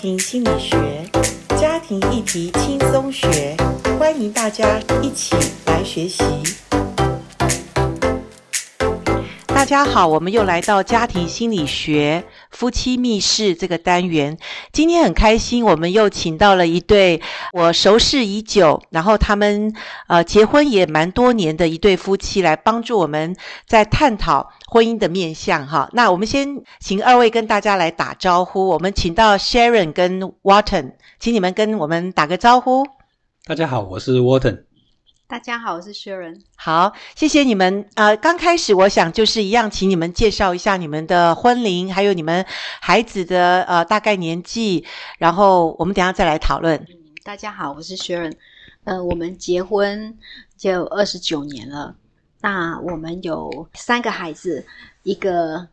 庭心理学，家庭议题轻松学，欢迎大家一起来学习。大家好，我们又来到家庭心理学夫妻密室这个单元。今天很开心，我们又请到了一对我熟识已久，然后他们结婚也蛮多年的一对夫妻，来帮助我们在探讨婚姻的面向哈。那我们先请二位跟大家来打招呼。我们请到 Sharon 跟 Walton， 请你们跟我们打个招呼。 大家好，我是 Walton。 大家好，我是 Sharon。 好，谢谢你们。刚开始我想就是一样，请你们介绍一下你们的婚龄，还有你们孩子的大概年纪，然后我们等一下再来讨论。 大家好，我是 Sharon。我们结婚就有29年了。那我们有3个孩子，一个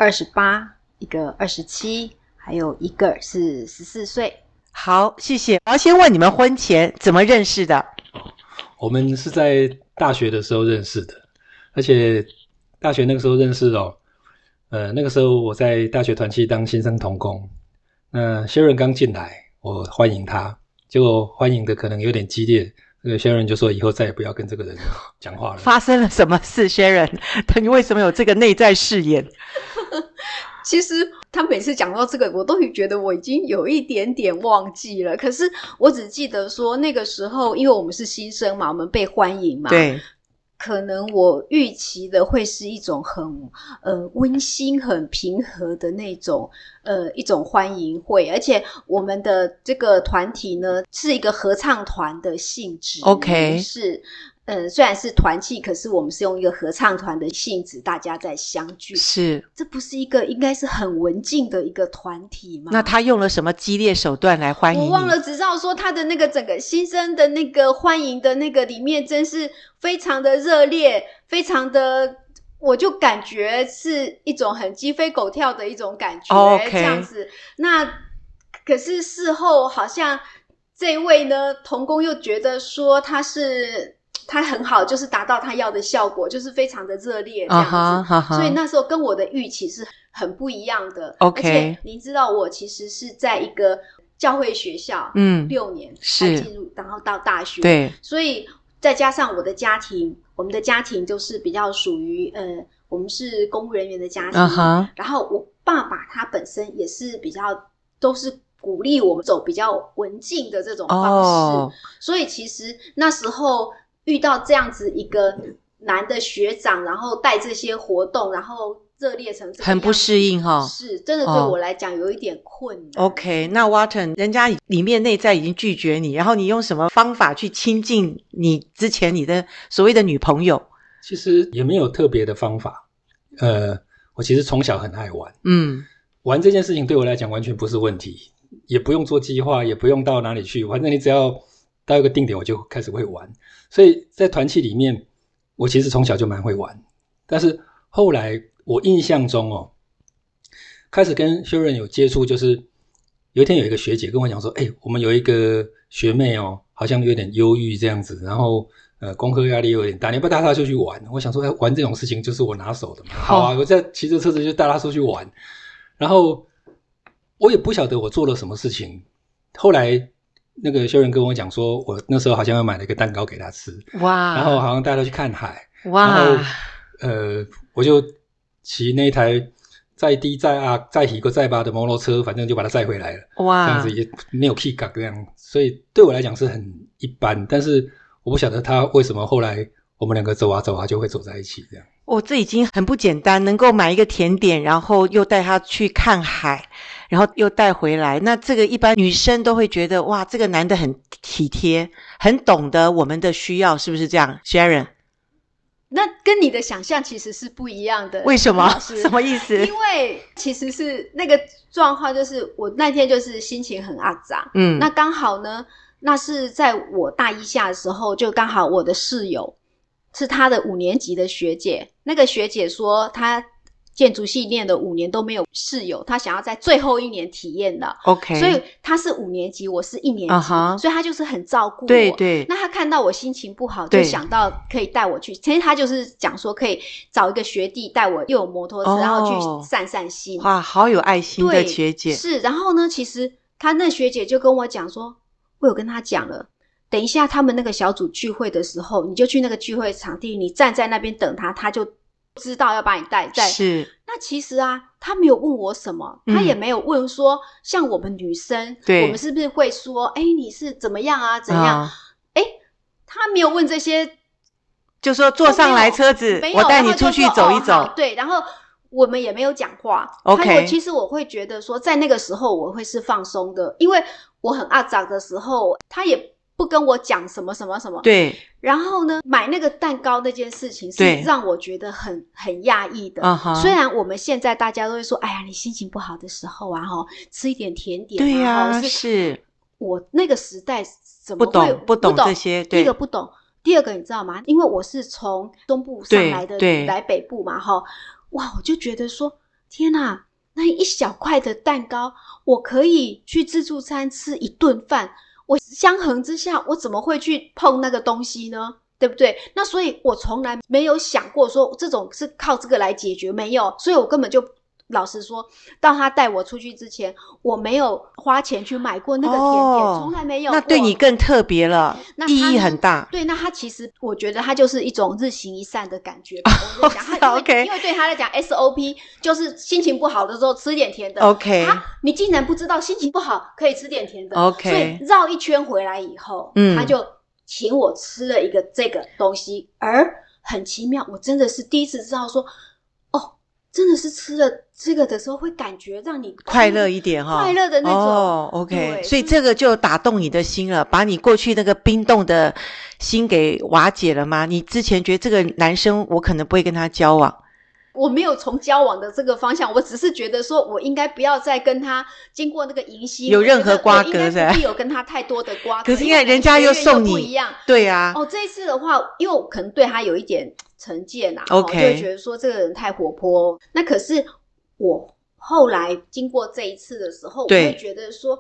28，一个27，还有一个是14岁。 好，谢谢。我要先问你们婚前怎么认识的？ 我们是在大学的时候认识的，而且大学那个时候认识那个时候我在大学团契当新生同工。那 Sharon 刚进来，我欢迎他，结果欢迎的可能有点激烈，那个 Sharon 就说以后再也不要跟这个人讲话了。 发生了什么事 Sharon？ 你为什么有这个内在誓言？ 其实他每次讲到这个，我都会觉得我已经有一点点忘记了。可是我只记得说那个时候，因为我们是新生嘛，我们被欢迎嘛， 对， 可能我预期的会是一种很温馨、很平和的那种一种欢迎会，而且我们的这个团体呢是一个合唱团的性质 ，OK， 是。虽然是团契，可是我们是用一个合唱团的性质，大家在相聚。 是， 这不是一个应该是很文静的一个团体吗？ 那他用了什么激烈手段来欢迎你？ 我忘了，只知道说他的那个整个新生的那个欢迎的那个里面，真是非常的热烈，非常的，我就感觉是一种很鸡飞狗跳的一种感觉， okay， 这样子。那可是事后好像这位呢同工又觉得说他很好，就是达到他要的效果，就是非常的热烈这样子，所以那时候跟我的预期是很不一样的。 OK， 而且您知道我其实是在一个教会学校6年才进入，然后到大学， 对， 所以再加上我的家庭，我们的家庭就是比较属于我们是公务人员的家庭，然后我爸爸他本身也是比较都是鼓励我们走比较文静的这种方式，所以其实那时候遇到这样子一个男的学长，然后带这些活动，然后热烈成这个样子， 很不适应齁， 是真的对我来讲有一点困难。 OK， 那 Walton 人家里面内在已经拒绝你，然后你用什么方法去亲近你之前你的所谓的女朋友？ 其实也没有特别的方法。我其实从小很爱玩，玩这件事情对我来讲完全不是问题，也不用做计划，也不用到哪里去，反正你只要到一个定点我就开始会玩。所以在团契里面我其实从小就蛮会玩，但是后来我印象中开始跟 Sharon 有接触，就是有一天有一个学姐跟我讲说我们有一个学妹好像有点忧郁这样子，然后功课压力有点大，你要不要带她出去玩？我想说玩这种事情就是我拿手的嘛，好啊，我在骑着车子就带她出去玩。然后我也不晓得我做了什么事情，后来那个修人跟我讲说我那时候好像要买了一个蛋糕给他吃，哇！然后好像带他去看海，哇！然后我就骑那一台载低载啊载喜个载吧的摩托车，反正就把他载回来了，哇！这样子也没有 kick up 这样，所以对我来讲是很一般，但是我不晓得他为什么后来我们两个走啊走啊就会走在一起这样。 这已经很不简单，能够买一个甜点，然后又带他去看海，然后又带回来，那这个一般女生都会觉得哇，这个男的很体贴，很懂得我们的需要，是不是这样 Sharon？ 那跟你的想象其实是不一样的。 为什么？什么意思？ 因为其实是那个状况，就是我那天就是心情很阿杂，那刚好呢，那是在我大一下的时候，就刚好我的室友是他的5年级的学姐，那个学姐说她建筑系念的5年都没有室友，她想要在最后1年体验的 OK， 所以她是5年级，我是1年级，所以她就是很照顾我。 对对， 那她看到我心情不好，就想到可以带我去，其实她就是讲说可以找一个学弟带我，又有摩托车，然后去散散心。 哇，好有爱心的学姐。 是，然后呢，其实他那学姐就跟我讲说，我有跟他讲了，等一下他们那个小组聚会的时候，你就去那个聚会场地，你站在那边等他，他就知道要把你带在。 是。 那其实啊，他没有问我什么，他也没有问说，像我们女生，我们是不是会说，你是怎么样啊，怎样？他没有问这些， 就说坐上来车子，我带你出去走一走。 对，然后我们也没有讲话。 OK， 其实我会觉得说，在那个时候我会是放松的，因为我很阿杂的时候，他也不跟我讲什么什么什么。 对。 然后呢，买那个蛋糕那件事情是让我觉得很压抑的。虽然我们现在大家都会说，哎呀，你心情不好的时候啊，吃一点甜点啊。 对啊，是。 我那个时代怎么会不懂这些？ 第一个不懂，第二个你知道吗？因为我是从东部上来的，来北部嘛，哇，我就觉得说，天哪，那一小块的蛋糕，我可以去自助餐吃一顿饭，我相衡之下，我怎么会去碰那个东西呢？对不对？那所以我从来没有想过说这种是靠这个来解决，没有，所以我根本就老实说，到他带我出去之前，我没有花钱去买过那个甜点，从来没有过。 那对你更特别了，意义很大。 对，那他其实我觉得他就是一种日行一善的感觉吧。我跟你讲，因为对他来讲 SOP 就是心情不好的时候吃点甜的。 OK， 你竟然不知道心情不好可以吃点甜的。 OK， 所以绕一圈回来以后，他就请我吃了一个这个东西，而很奇妙，我真的是第一次知道说，真的是吃了这个的时候会感觉让你快乐一点快乐的那种。 OK， 所以这个就打动你的心了，把你过去那个冰冻的心给瓦解了吗？你之前觉得这个男生我可能不会跟他交往， 我没有从交往的这个方向，我只是觉得说我应该不要再跟他经过那个迎新有任何瓜葛， 应该不必有跟他太多的瓜葛。 可是因为人家又送你不一样， 对啊。 这一次的话，因为我可能对他有一点成见啊， OK， 就会觉得说这个人太活泼。那可是我后来经过这一次的时候，我会觉得说，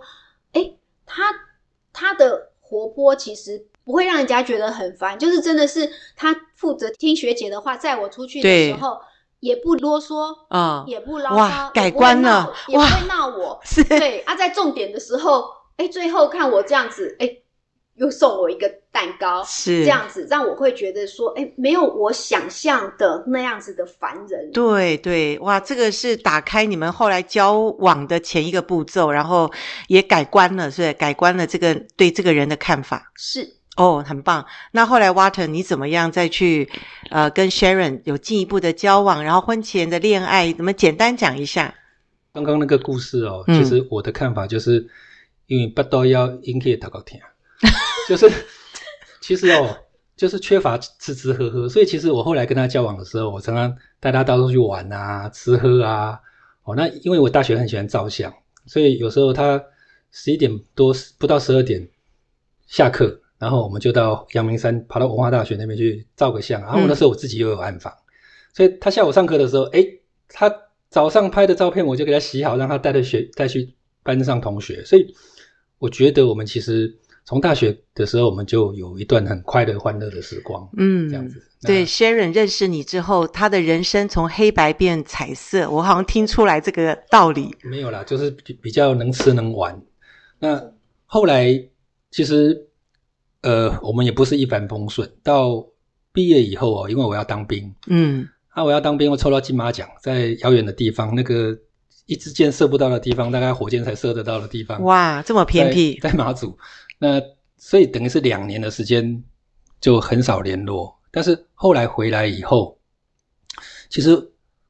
他的活泼其实不会让人家觉得很烦，就是真的是他负责听学姐的话，载我出去的时候也不啰嗦也不唠叨， 改观了， 也不会闹我。 是， 对在重点的时候，最后看我这样子，又送我一个蛋糕， 是这样子让我会觉得说，没有我想象的那样子的烦人。 对对，哇，这个是打开你们后来交往的前一个步骤，然后也改观了，是改观了这个对这个人的看法。 是很棒。那后来 Water 你怎么样再去跟 Sharon 有进一步的交往，然后婚前的恋爱，怎么简单讲一下？ 刚刚那个故事其实我的看法就是因为不都要引起大家听就是其实就是缺乏吃吃喝喝，所以其实我后来跟他交往的时候，我常常带他到处去玩啊，吃喝啊。那因为我大学很喜欢照相，所以有时候他11点多不到12点下课，然后我们就到阳明山跑到文化大学那边去照个相。然后那时候我自己又有暗房，所以他下午上课的时候，他早上拍的照片我就给他洗好，让他带去班上同学。所以我觉得我们其实从大学的时候我们就有一段很快乐欢乐的时光。这样子。 对， Sharon 认识你之后，他的人生从黑白变彩色，我好像听出来这个道理。 没有啦，就是比较能吃能玩。那后来其实我们也不是一帆风顺，到毕业以后因为我要当兵，我要当兵，我抽到金马奖，在遥远的地方，那个一支箭射不到的地方，大概火箭才射得到的地方。 哇，这么偏僻。 在马祖。那所以等于是2年的时间就很少联络。但是后来回来以后，其实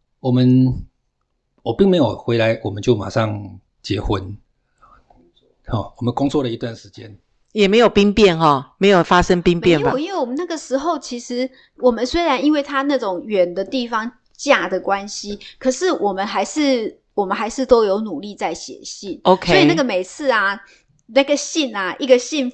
我并没有回来我们就马上结婚。我们工作了一段时间， 也没有兵变没有发生兵变吧？ 没有，因为我们那个时候其实我们虽然因为他那种远的地方嫁的关系，可是我们还是都有努力在写信。 OK， 所以那个每次那个信一个信封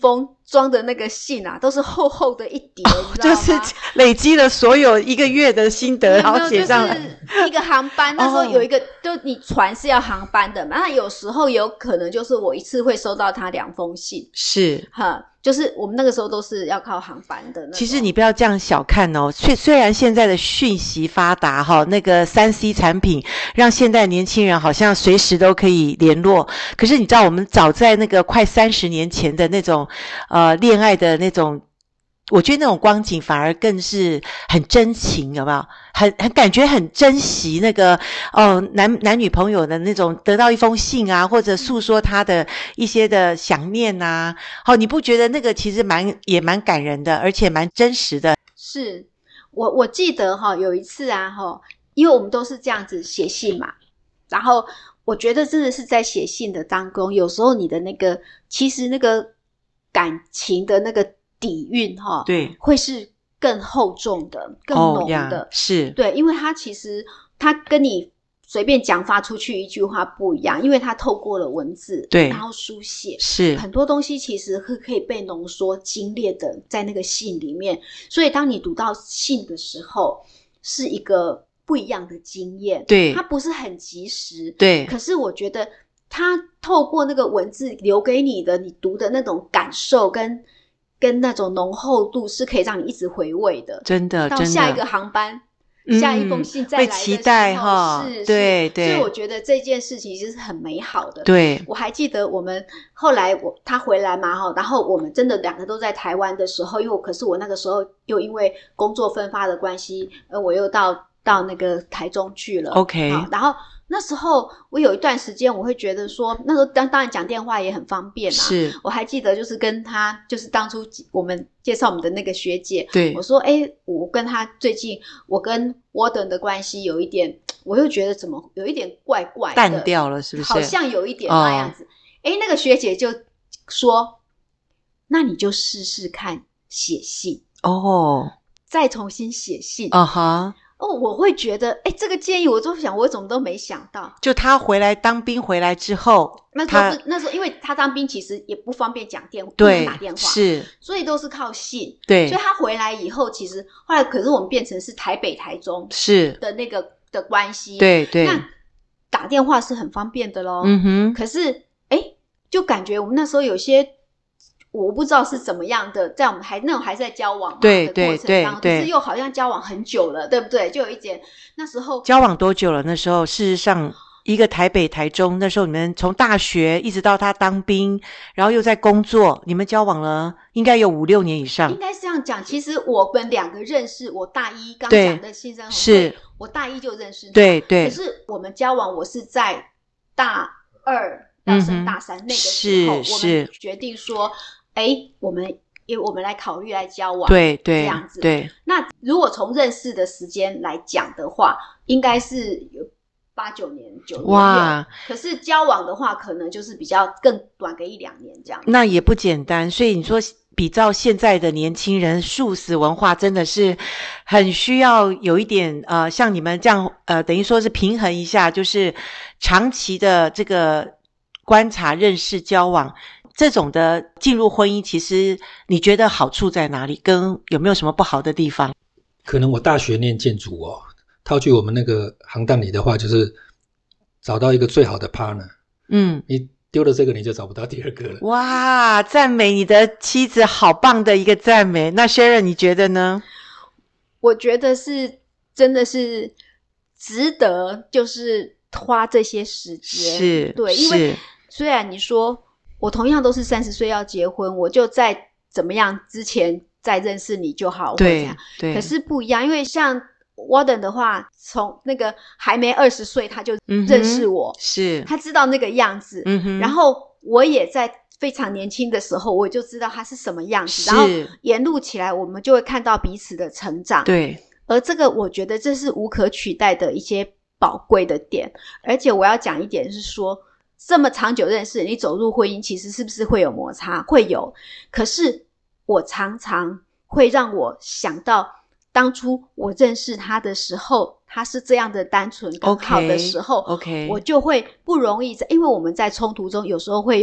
装的那个信啊，都是厚厚的一叠，你知道吗？ 就是累积了所有1个月的心得，然后写上来。 就是一个航班，那时候有一个，就你船是要航班的嘛，那有时候有可能就是我一次会收到他2封信， 是哈，就是我们那个时候都是要靠航班的。 其实你不要这样小看哦，虽然现在的讯息发达哈，那个3C 产品让现在年轻人好像随时都可以联络，可是你知道我们早在那个快30年前的那种恋爱的那种，我觉得那种光景反而更是很真情，有没有？很感觉很珍惜那个男女朋友的那种得到一封信啊，或者诉说他的一些的想念啊，你不觉得那个其实也蛮感人的，而且蛮真实的？ 是我记得有一次啊因为我们都是这样子写信嘛，然后我觉得真的是在写信的当中，有时候你的那个其实那个感情的那个底蕴对， 会是更厚重的，更浓的， 是对，因为它其实它跟你随便讲发出去一句话不一样，因为它透过了文字， 对， 然后书写， 是很多东西其实可以被浓缩精炼的在那个信里面，所以当你读到信的时候，是一个不一样的经验， 对， 它不是很及时， 对， 可是我觉得它透过那个文字留给你的，你读的那种感受跟那种浓厚度是可以让你一直回味的， 真的， 到下一个航班，下一封信再来的时候， 会期待对对， 所以我觉得这件事情其实是很美好的。 对， 我还记得我们后来他回来嘛然后我们真的2个都在台湾的时候，因为可是我那个时候又因为工作分发的关系，我又到那个台中去了 OK， 然后那时候我有一段时间我会觉得说，那时候当然讲电话也很方便嘛， 是我还记得就是跟他，就是当初我们介绍我们的那个学姐， 对， 我说我跟他最近我跟 Warden 的关系有一点，我又觉得怎么有一点怪怪的， 淡掉了是不是？ 好像有一点那样子，那个学姐就说，那你就试试看写信再重新写信我会觉得这个建议我就想我怎么都没想到， 就他回来当兵回来之后， 那时候因为他当兵其实也不方便讲电话， 对， 打电话， 是， 所以都是靠信， 对， 所以他回来以后其实后来可是我们变成是台北台中是的那个的关系， 对对， 那打电话是很方便的咯，可是就感觉我们那时候有些我不知道是怎么样的，在我们那种还在交往的过程当中，可是又好像交往很久了，对不对？就有一点那时候交往多久了？那时候事实上一个台北台中，那时候你们从大学一直到他当兵，然后又在工作，你们交往了应该有5-6年以上。 应该是这样讲，其实我们2个认识，我大一刚讲的新生活是我大一就认识他， 对对， 可是我们交往我是在大2要升大3那个时候，我们决定说我们来考虑来交往， 对对， 这样子。 对， 那如果从认识的时间来讲的话，应该是有8-9年、9年。哇！可是交往的话，可能就是比较更短个1-2年这样。 那也不简单。所以你说，比照现在的年轻人，速食文化真的是很需要有一点像你们这样等于说是平衡一下，就是长期的这个观察、认识、交往。这种的进入婚姻，其实你觉得好处在哪里？跟有没有什么不好的地方？ 可能我大学念建筑套句我们那个行当里的话，就是找到一个最好的 partner。你丢了这个，你就找不到第2个了。 哇，赞美你的妻子，好棒的一个赞美。那 Sharon 你觉得呢？ 我觉得是真的是值得，就是花这些时间。 是， 对，因为虽然你说。我同样都是30岁要结婚，我就在怎么样之前再认识你就好， 对对。 可是不一样，因为像 Warden 的话，从那个还没20岁他就认识我， 是他知道那个样子，然后我也在非常年轻的时候我就知道他是什么样子，然后沿路起来我们就会看到彼此的成长， 对。 而这个我觉得这是无可取代的一些宝贵的点，而且我要讲一点是说。这么长久认识，你走入婚姻其实是不是会有摩擦？会有，可是我常常会让我想到当初我认识他的时候，他是这样的单纯跟好的时候， OK， 我就会不容易因为我们在冲突中有时候会用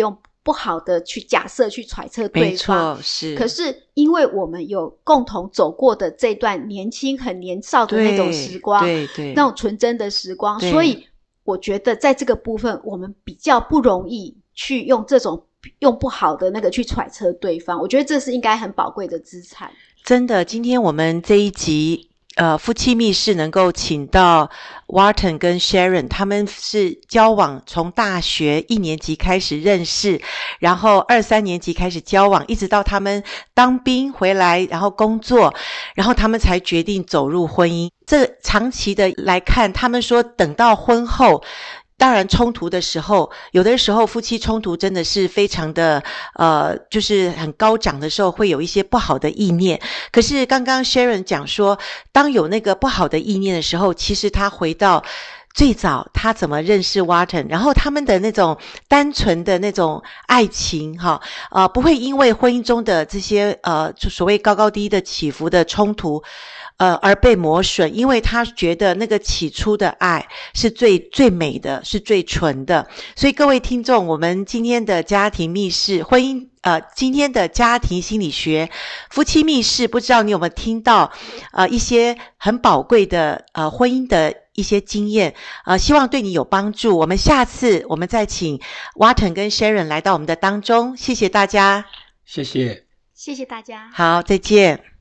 不好的去假设去揣测对方， 没错，是。 可是因为我们有共同走过的这段年轻很年少的那种时光， 对对， 那种纯真的时光，所以我觉得在这个部分我们比较不容易去用这种用不好的那个去揣测对方，我觉得这是应该很宝贵的资产。 真的，今天我们这一集夫妻密室能够请到 Wharton 跟 Sharon， 他们是交往从大学1年级开始认识，然后2、3年级开始交往，一直到他们当兵回来，然后工作，然后他们才决定走入婚姻。这长期的来看，他们说等到婚后，当然冲突的时候，有的时候夫妻冲突真的是非常的就是很高涨的时候，会有一些不好的意念。可是刚刚 Sharon 讲说，当有那个不好的意念的时候，其实他回到最早他怎么认识 Wharton， 然后他们的那种单纯的那种爱情不会因为婚姻中的这些就所谓高高低的起伏的冲突而被磨损，因为他觉得那个起初的爱是最美的，是最纯的。所以各位听众，我们今天的家庭密室婚姻今天的家庭心理学夫妻密室，不知道你有没有听到一些很宝贵的婚姻的一些经验希望对你有帮助。我们下次我们再请 Wharton 跟 Sharon 来到我们的当中，谢谢大家。 谢谢， 谢谢大家， 好，再见。